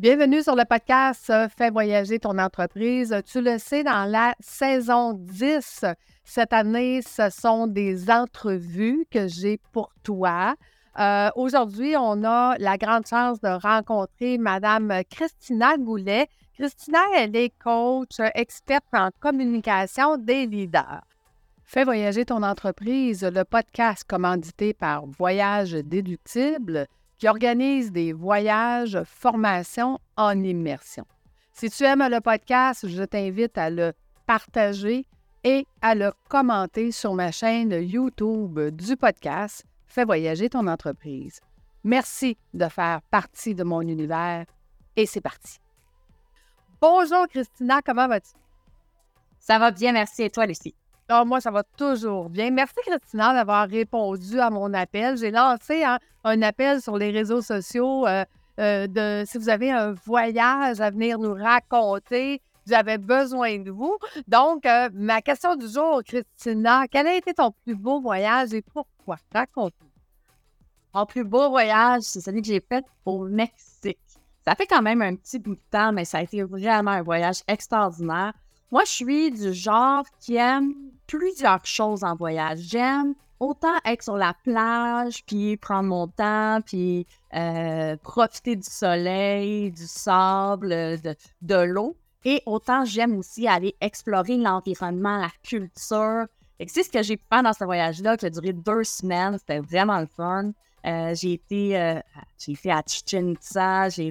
Bienvenue sur le podcast Fais voyager ton entreprise. Tu le sais, dans la saison 10, cette année, ce sont des entrevues que j'ai pour toi. Aujourd'hui, on a la grande chance de rencontrer Madame Christina Goulet. Christina, elle est coach, experte en communication des leaders. Fais voyager ton entreprise, le podcast commandité par Voyage Déductible, qui organise des voyages, formations en immersion. Si tu aimes le podcast, je t'invite à le partager et à le commenter sur ma chaîne YouTube du podcast Fais voyager ton entreprise. Merci de faire partie de mon univers et c'est parti. Bonjour Christina, comment vas-tu? Ça va bien, merci. Et toi, Lucie? Ah, moi, ça va toujours bien. Merci, Christina, d'avoir répondu à mon appel. J'ai lancé un appel sur les réseaux sociaux si vous avez un voyage à venir nous raconter, j'avais besoin de vous. Donc, ma question du jour, Christina, quel a été ton plus beau voyage et pourquoi? Raconte-nous. Mon plus beau voyage, c'est celui que j'ai fait au Mexique. Ça fait quand même un petit bout de temps, mais ça a été vraiment un voyage extraordinaire. Moi, je suis du genre qui aime plusieurs choses en voyage. J'aime autant être sur la plage, puis prendre mon temps, puis profiter du soleil, du sable, de l'eau. Et autant j'aime aussi aller explorer l'environnement, la culture. Et c'est ce que j'ai pu faire dans ce voyage-là, qui a duré 2 semaines. C'était vraiment le fun. J'ai été à Chichén Itzá, j'ai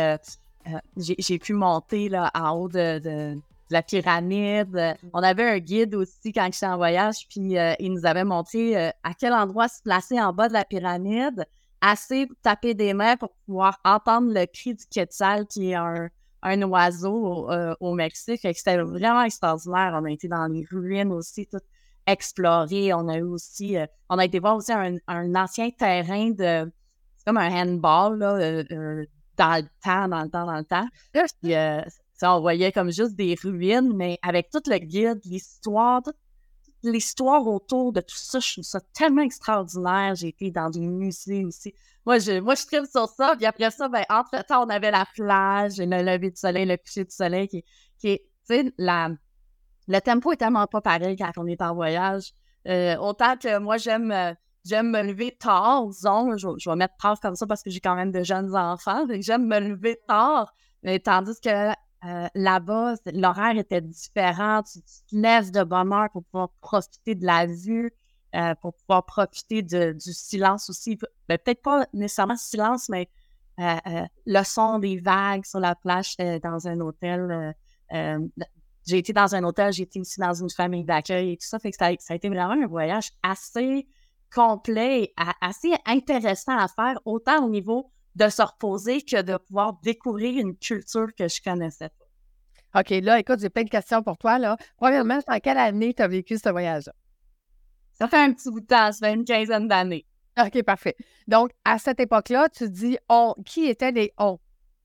pu monter là, en haut de la pyramide. On avait un guide aussi quand j'étais en voyage, puis il nous avait montré à quel endroit se placer en bas de la pyramide, assez pour taper des mains pour pouvoir entendre le cri du quetzal, qui est un oiseau au Mexique. C'était vraiment extraordinaire. On a été dans les ruines aussi, tout exploré. On a eu aussi, on a été voir aussi un ancien terrain c'est comme un handball, là, dans le temps. Puis, on voyait comme juste des ruines, mais avec tout le guide, toute l'histoire autour de tout ça, je trouve ça tellement extraordinaire. J'ai été dans des musées aussi. Moi, je tripe sur ça. Puis après ça, ben, entre-temps, on avait la plage, le lever du soleil, le coucher du soleil, qui est, tu sais, le tempo est tellement pas pareil quand on est en voyage. Autant que moi, j'aime me lever tard, disons. Je vais mettre tard comme ça parce que j'ai quand même de jeunes enfants. J'aime me lever tard, mais tandis que là-bas, l'horaire était différent. Tu te lèves de bonne heure pour pouvoir profiter de la vue, pour pouvoir profiter du silence aussi. Ben, peut-être pas nécessairement silence, mais le son des vagues sur la plage dans un hôtel. J'ai été dans un hôtel, j'ai été aussi dans une famille d'accueil et tout ça. Fait que ça a été vraiment un voyage assez complet, assez intéressant à faire, autant au niveau de se reposer que de pouvoir découvrir une culture que je connaissais pas. OK, là, écoute, j'ai plein de questions pour toi, là. Premièrement, en quelle année tu as vécu ce voyage-là? Ça fait un petit bout de temps, ça fait une quinzaine d'années. OK, parfait. Donc, à cette époque-là, tu dis « on ». Qui étaient les « on » ?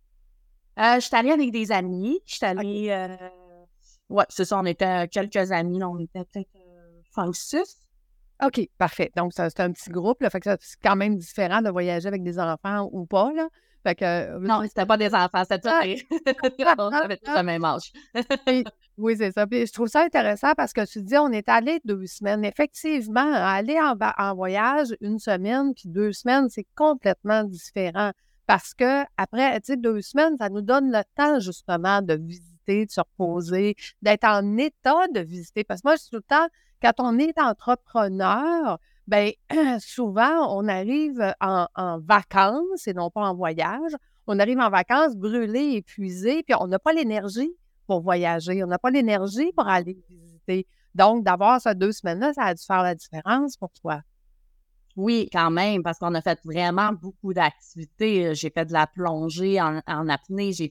Je suis allée avec des amis. Je suis allée... Okay. Ouais, c'est ça, on était quelques amis. On était peut-être 5 ou 6. OK, parfait. Donc, c'est un petit groupe, là. Fait que c'est quand même différent de voyager avec des enfants ou pas, là. Fait que... Non, c'était pas des enfants, c'était tout. On avait tous le même âge. Oui, c'est ça. Puis je trouve ça intéressant parce que tu dis, on est allé 2 semaines. Effectivement, aller en voyage 1 semaine puis 2 semaines, c'est complètement différent. Parce que après, tu sais, 2 semaines, ça nous donne le temps, justement, de visiter, de se reposer, d'être en état de visiter. Parce que moi, je dis tout le temps, quand on est entrepreneur, bien, souvent, on arrive en vacances et non pas en voyage. On arrive en vacances brûlé, épuisé, puis on n'a pas l'énergie pour voyager. On n'a pas l'énergie pour aller visiter. Donc, d'avoir ces 2 semaines-là, ça a dû faire la différence pour toi. Oui, quand même, parce qu'on a fait vraiment beaucoup d'activités. J'ai fait de la plongée en apnée, j'ai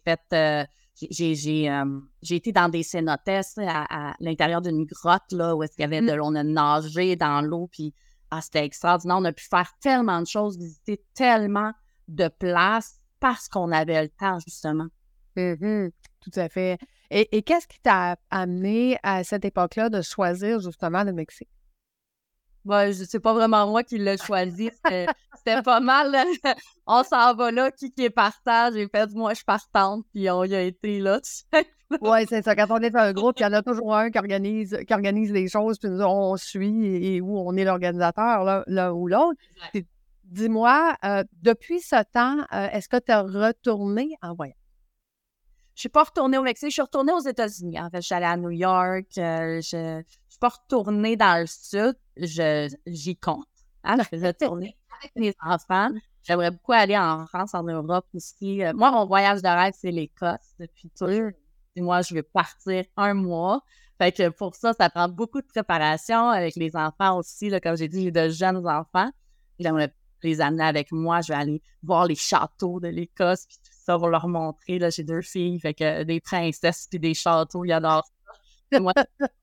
été dans des cénotes à l'intérieur d'une grotte, là, où est-ce qu'il y avait on a nagé dans l'eau, puis c'était extraordinaire. On a pu faire tellement de choses, visiter tellement de places parce qu'on avait le temps, justement. Tout à fait. Et qu'est-ce qui t'a amené à cette époque-là de choisir justement le Mexique? C'est pas vraiment moi qui l'ai choisi. C'était pas mal. On s'en va là, qui est partant. J'ai fait, moi, je suis partante, puis on y a été là. Oui, c'est ça. Quand on est un groupe, il y en a toujours un qui organise les choses, puis nous, on suit et où on est l'organisateur, l'un ou l'autre. Puis, dis-moi, depuis ce temps, est-ce que tu as retourné en voyage? Je suis pas retournée au Mexique, je suis retournée aux États-Unis. En fait, je suis allée à New York. Je suis pas retournée dans le sud. J'y compte. Hein? Je vais retourner avec mes enfants. J'aimerais beaucoup aller en France, en Europe aussi. Moi, mon voyage de rêve, c'est l'Écosse depuis toujours. Et moi, je vais partir 1 mois. Fait que pour ça, ça prend beaucoup de préparation avec les enfants aussi. Là, comme j'ai dit, j'ai de jeunes enfants. J'aimerais les amener avec moi. Je vais aller voir les châteaux de l'Écosse puis tout ça pour leur montrer. Là, j'ai 2 filles, fait que des princesses puis des châteaux, ils adorent ça. Moi,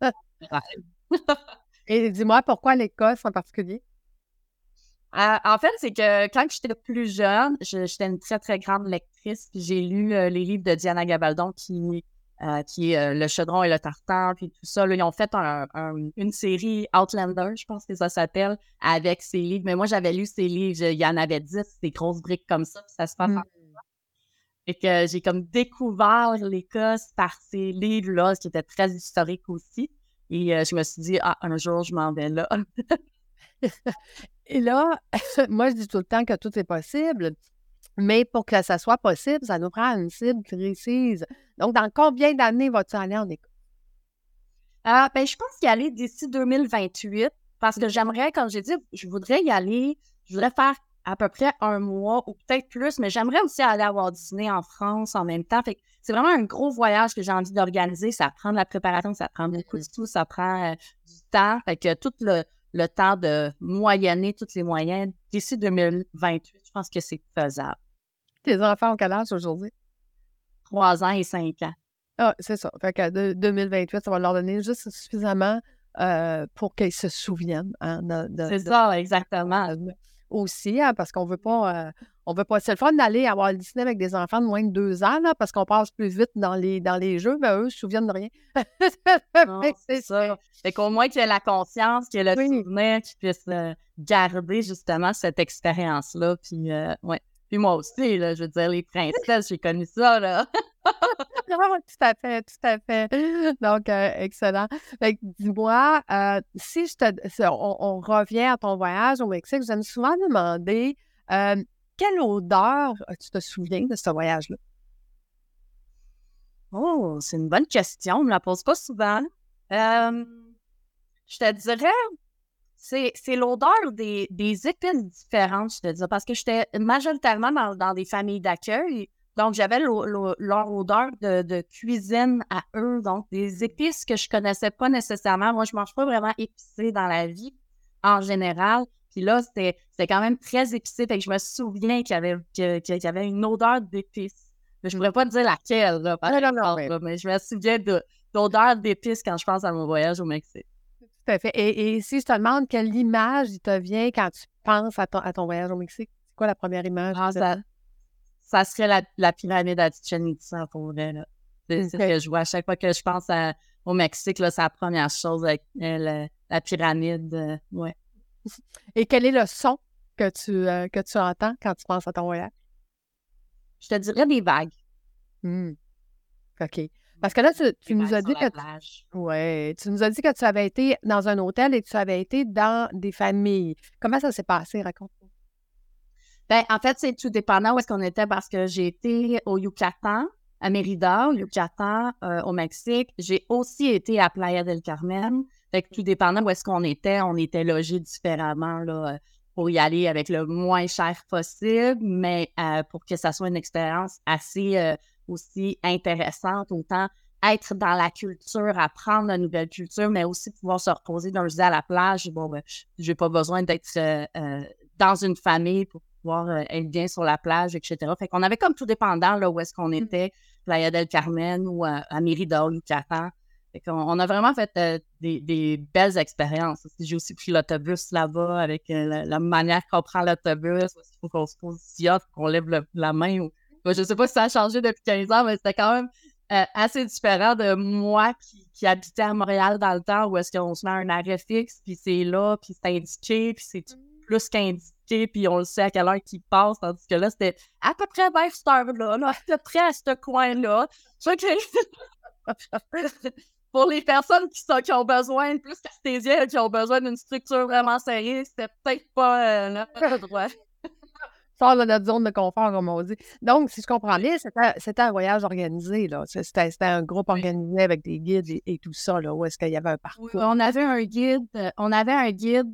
Et dis-moi, pourquoi l'Écosse en particulier? En fait, c'est que quand j'étais plus jeune, j'étais une très, très grande lectrice. Puis j'ai lu les livres de Diana Gabaldon qui est Le Chaudron et le Tartare, puis tout ça. Là, ils ont fait une série Outlander, je pense que ça s'appelle, avec ces livres. Mais moi, j'avais lu ces livres. Il y en avait 10, des grosses briques comme ça, puis ça se passe en... Et que j'ai comme découvert l'Écosse par ces livres-là, qui étaient très historiques aussi. Et je me suis dit, un jour, je m'en vais là. Et là, moi, je dis tout le temps que tout est possible, mais pour que ça soit possible, ça nous prend une cible précise. Donc, dans combien d'années vas-tu aller en Écosse? Je pense y aller d'ici 2028, parce que j'aimerais, comme j'ai dit, je voudrais y aller, je voudrais faire à peu près 1 mois ou peut-être plus, mais j'aimerais aussi aller à Walt Disney en France en même temps. Fait que c'est vraiment un gros voyage que j'ai envie d'organiser. Ça prend de la préparation, ça prend beaucoup de tout, ça prend du temps. Fait que tout le temps de moyenner tous les moyens d'ici 2028, je pense que c'est faisable. Tes enfants ont quel âge aujourd'hui? 3 ans et 5 ans. Ah, c'est ça. Fait que 2028, ça va leur donner juste suffisamment pour qu'ils se souviennent. Hein, c'est ça, exactement. Aussi, hein, parce qu'on veut pas... c'est le fun d'aller à Walt Disney avec des enfants de moins de 2 ans, là, parce qu'on passe plus vite dans les jeux, mais eux, ils se souviennent de rien. Non, c'est ça. Fait qu'au moins qu'il y ait la conscience, qu'il y ait le souvenir, qu'ils puissent garder justement cette expérience-là. Puis, ouais. Puis moi aussi, là, je veux dire, les princesses, j'ai connu ça, là. Tout à fait, tout à fait. Donc, excellent. Fait que dis-moi, si on revient à ton voyage au Mexique, j'aime souvent demander quelle odeur tu te souviens de ce voyage-là? Oh, c'est une bonne question. On ne me la pose pas souvent. Je te dirais, c'est l'odeur des épices différentes, je te dirais, parce que j'étais majoritairement dans des familles d'accueil. Donc, j'avais leur odeur de cuisine à eux, donc des épices que je connaissais pas nécessairement. Moi, je mange pas vraiment épicé dans la vie, en général. Puis là, c'était quand même très épicé. Fait que je me souviens qu'il y avait une odeur d'épices. Mais je ne pourrais pas te dire laquelle, là, mais je me souviens d'odeur d'épices quand je pense à mon voyage au Mexique. Tout à fait. Et si je te demande quelle image il te vient quand tu penses à ton voyage au Mexique, c'est quoi la première image? Ça serait la pyramide à Chichen Itza, pour vrai, là. C'est ce que je vois. À chaque fois que je pense au Mexique, là, c'est la première chose avec la pyramide. Ouais. Et quel est le son que tu entends quand tu penses à ton voyage? Je te dirais des vagues. OK. Parce que là, tu nous as dit que tu nous as dit que tu avais été dans un hôtel et que tu avais été dans des familles. Comment ça s'est passé? Raconte-moi. En fait, c'est tout dépendant où est-ce qu'on était parce que j'ai été au Yucatan, à Mérida, au Yucatan, au Mexique. J'ai aussi été à Playa del Carmen. Fait que tout dépendant où est-ce qu'on était logés différemment là, pour y aller avec le moins cher possible, mais pour que ça soit une expérience assez aussi intéressante, autant être dans la culture, apprendre la nouvelle culture, mais aussi pouvoir se reposer. Donc, je disais à la plage, j'ai pas besoin d'être dans une famille pour pouvoir être bien sur la plage, etc. Fait qu'on avait comme tout dépendant là où est-ce qu'on était, Playa del Carmen ou à Mérida, au Yucatan. Fait qu'on a vraiment fait des belles expériences. J'ai aussi pris l'autobus là-bas avec la manière qu'on prend l'autobus. Il faut qu'on se positionne, qu'on lève la main. Je ne sais pas si ça a changé depuis 15 ans, mais c'était quand même assez différent de moi qui habitais à Montréal dans le temps où est-ce qu'on se met un arrêt fixe, puis c'est là, puis c'est indiqué, puis c'est plus qu'indiqué, puis on le sait à quelle heure qu'il passe, tandis que là, c'était à peu près vers cette heure-là, là, à peu près à ce coin-là. Fait que pour les personnes qui ont besoin, plus cartésiennes, qui ont besoin d'une structure vraiment serrée, c'était peut-être pas notre droit. Sors de notre zone de confort, comme on dit. Donc, si je comprends bien, c'était un voyage organisé, là. C'était un groupe organisé avec des guides et tout ça, là, où est-ce qu'il y avait un parcours. Oui, on avait un guide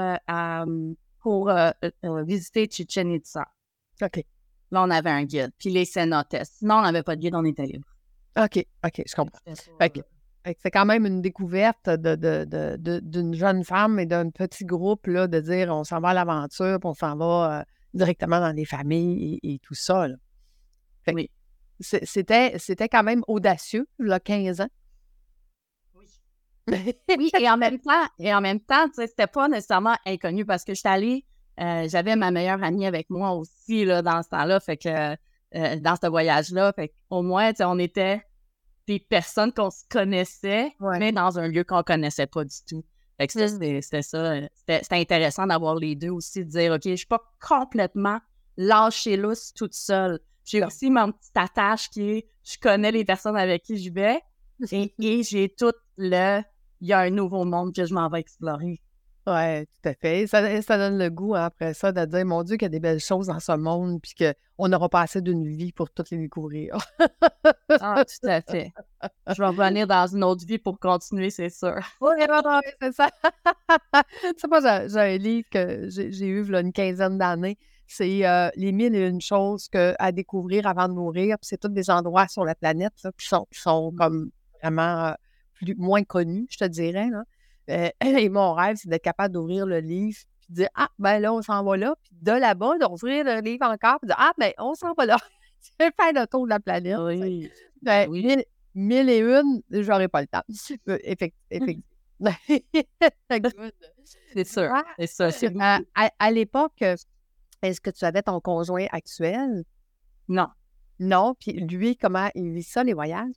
pour visiter Chichen Itza. OK. Là, on avait un guide. Puis les cénotes. Sinon, on n'avait pas de guide, on était libre. OK, je comprends. Fait que c'est quand même une découverte d'une jeune femme et d'un petit groupe, là, de dire on s'en va à l'aventure, puis on s'en va directement dans les familles et tout ça, là. Fait que Oui. C'était quand même audacieux, là, 15 ans. Oui. Oui, et en même temps, tu sais, c'était pas nécessairement inconnu parce que j'étais allée, j'avais ma meilleure amie avec moi aussi, là, dans ce temps-là, fait que dans ce voyage-là, fait qu'au moins, tu sais, on était des personnes qu'on se connaissait, mais dans un lieu qu'on connaissait pas du tout. Fait que c'était ça. C'était intéressant d'avoir les deux aussi, de dire, OK, je suis pas complètement lâchée lousse toute seule. J'ai aussi mon petit attache qui est, je connais les personnes avec qui je vais et j'ai tout il y a un nouveau monde que je m'en vais explorer. Oui, tout à fait. Ça donne le goût, hein, après ça, de dire, mon Dieu, qu'il y a des belles choses dans ce monde, puis qu'on n'aura pas assez d'une vie pour toutes les découvrir. Ah, tout à fait. Je vais revenir dans une autre vie pour continuer, c'est sûr. Oui, c'est ça. C'est pas, j'ai un livre que j'ai eu il y a une quinzaine d'années. C'est Les 1001 choses à découvrir avant de mourir. Puis c'est tous des endroits sur la planète là, qui sont comme vraiment moins connus, je te dirais, là. Et mon rêve, c'est d'être capable d'ouvrir le livre puis de dire ah, ben là, on s'en va là. Puis de là-bas, d'ouvrir le livre encore puis de dire ah, ben on s'en va là. Je vais faire le tour de la planète. Oui. Ben, Oui. 1001, j'aurais pas le temps. Effectivement. C'est sûr. Toi, C'est ça. C'est beaucoup. à l'époque, est-ce que tu avais ton conjoint actuel? Non. Non. Puis lui, comment il vit ça, les voyages?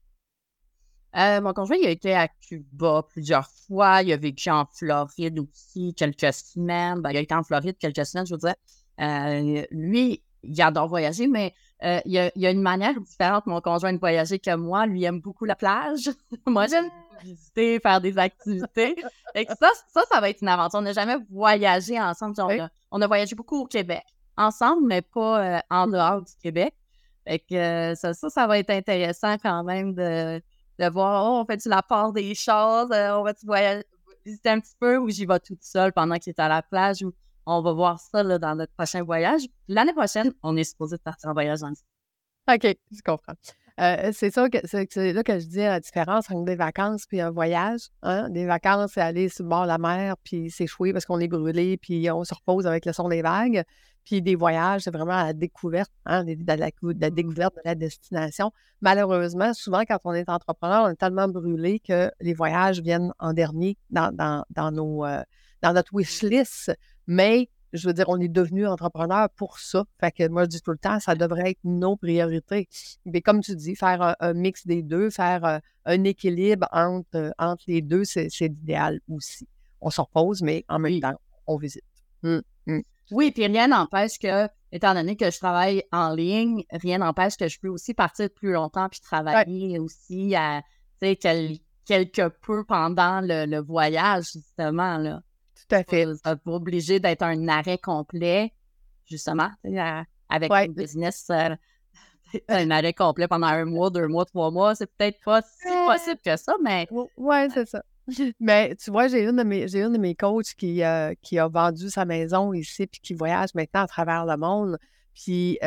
Mon conjoint, il a été à Cuba plusieurs fois. Il a vécu en Floride aussi quelques semaines. Ben, il a été en Floride quelques semaines, je veux dire. Lui, il adore voyager, mais il y a une manière différente, mon conjoint, de voyager que moi. Lui, il aime beaucoup la plage. Moi, j'aime beaucoup visiter, faire des activités. Et ça va être une aventure. On n'a jamais voyagé ensemble. On a voyagé beaucoup au Québec, ensemble, mais pas en dehors du Québec. Fait que ça va être intéressant quand même de voir, on fait-tu la part des choses, on va-tu visiter un petit peu ou j'y vais toute seule pendant qu'il est à la plage ou on va voir ça là, dans notre prochain voyage. L'année prochaine, on est supposé partir en voyage ensemble. OK, je comprends. C'est ça que c'est là que je dis la différence entre des vacances puis un voyage. Hein? Des vacances, c'est aller sur le bord de la mer puis s'échouer parce qu'on est brûlé puis on se repose avec le son des vagues. Puis des voyages, c'est vraiment la découverte, hein, de la découverte de la destination. Malheureusement, souvent, quand on est entrepreneur, on est tellement brûlé que les voyages viennent en dernier dans notre wish list. Mais je veux dire, on est devenu entrepreneur pour ça. Fait que moi, je dis tout le temps, ça devrait être nos priorités. Mais comme tu dis, faire un mix des deux, faire un équilibre entre les deux, c'est l'idéal aussi. On se repose, mais en même temps, on visite. Oui, puis rien n'empêche que, étant donné que je travaille en ligne, rien n'empêche que je peux aussi partir plus longtemps puis travailler aussi quelque peu pendant le voyage, justement, là. Tout à fait. Ça pas obligé d'être un arrêt complet, justement, avec une business, un arrêt complet pendant 1 mois, 2 mois, 3 mois, c'est peut-être pas si possible que ça, mais... Oui, c'est ça. Mais tu vois, j'ai une de mes coachs qui a vendu sa maison ici puis qui voyage maintenant à travers le monde. Puis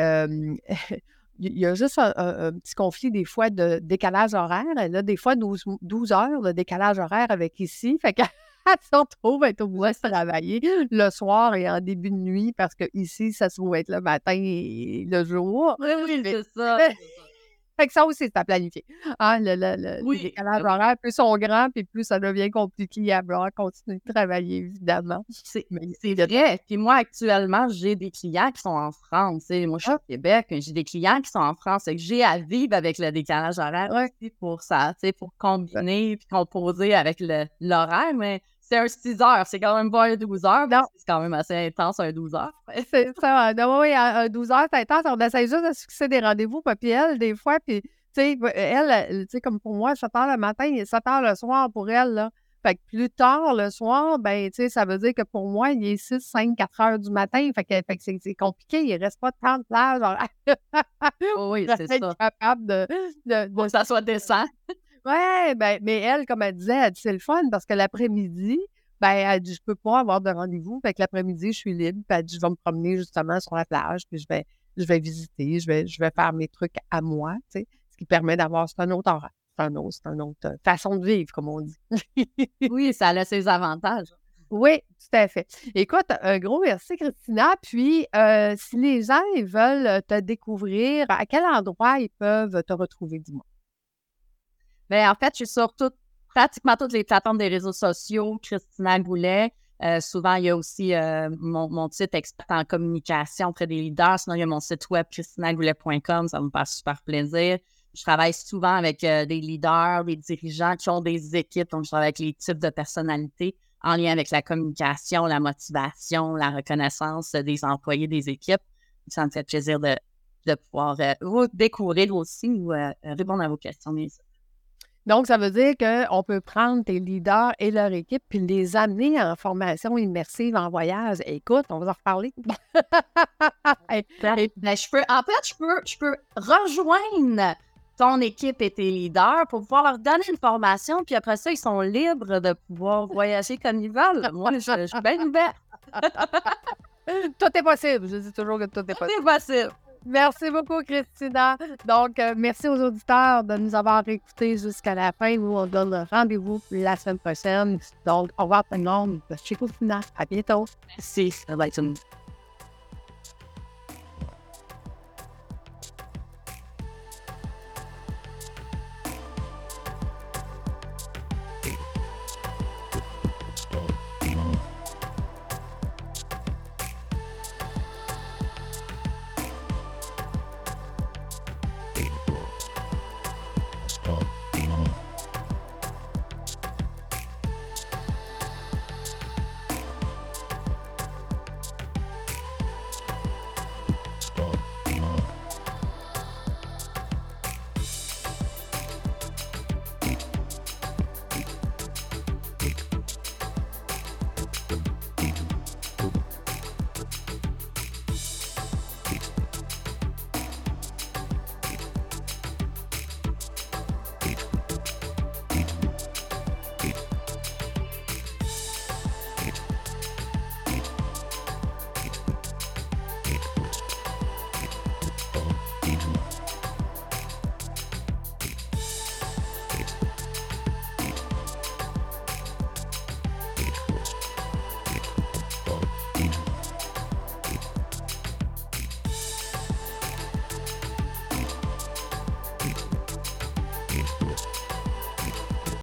il y a juste un petit conflit des fois de décalage horaire. Elle a des fois 12 heures de décalage horaire avec ici. Fait qu'elle se retrouve à être obligée de travailler le soir et en début de nuit parce que ici, ça se trouve être le matin et le jour. Oui, c'est ça. Fait que ça aussi, c'est à planifier. Hein, les Oui, décalages horaires, plus ils sont grands, puis plus ça devient compliqué à vouloir continuer de travailler, évidemment. c'est Mais c'est vrai. Puis moi, actuellement, j'ai des clients qui sont en France. Tu sais, moi, je suis au Québec, j'ai des clients qui sont en France. Et que j'ai à vivre avec le décalage horaire ouais, aussi pour ça, tu sais, pour combiner puis composer avec l'horaire. Mais c'est un 6 heures. C'est quand même pas un 12 heures. non, C'est quand même assez intense, un 12 heures. c'est ça. Non, oui, à 12 heures, c'est intense. On essaie juste de se fixer des rendez-vous, puis elle, des fois, puis, tu sais, tu sais, comme pour moi, 7 heures le matin et 7 heures le soir pour elle, là. Fait que plus tard le soir, ben, tu sais, ça veut dire que pour moi, il est 6, 5, 4 heures du matin. Fait que c'est compliqué. Il reste pas tant de plage. Oh oui, Pour c'est être ça. capable Pour que ça soit décent. ouais, ben, mais elle, comme elle disait, elle dit: «C'est le fun parce que l'après-midi, ben, elle dit: "Je peux pas avoir de rendez-vous, fait que l'après-midi, je suis libre." Puis elle dit: "Je vais me promener justement sur la plage, puis je vais visiter, je vais faire mes trucs à moi", tu sais? Ce qui permet d'avoir c'est un autre horaire, c'est un autre façon de vivre, comme on dit. Oui, ça a ses avantages. Oui, tout à fait. Écoute, un gros merci, Christina. Puis, si les gens, ils veulent te découvrir, à quel endroit ils peuvent te retrouver, dis-moi? Ben, en fait, je suis sur pratiquement toutes les plateformes des réseaux sociaux, Christina Goulet. Souvent, il y a aussi mon site expert en communication auprès des leaders. Sinon, il y a mon site web christinagoulet.com. Ça me fait super plaisir. Je travaille souvent avec des leaders, des dirigeants qui ont des équipes. Donc, je travaille avec les types de personnalités en lien avec la communication, la motivation, la reconnaissance des employés des équipes. Ça me fait plaisir de pouvoir vous découvrir aussi ou répondre à vos questions. Donc, ça veut dire qu'on peut prendre tes leaders et leur équipe puis les amener en formation immersive en voyage. Écoute, on va en reparler. Et- Ben, je peux rejoindre ton équipe et tes leaders pour pouvoir leur donner une formation, puis après ça, ils sont libres de pouvoir voyager comme ils veulent. Moi, je suis bien ouverte. Tout est possible. Je dis toujours que tout est Tout possible. est possible. Merci beaucoup, Christina. Donc, merci aux auditeurs de nous avoir écoutés jusqu'à la fin. Nous, on donne le rendez-vous la semaine prochaine. Donc, au revoir tout le monde. Chez Christina. À bientôt. Merci. Ça va être une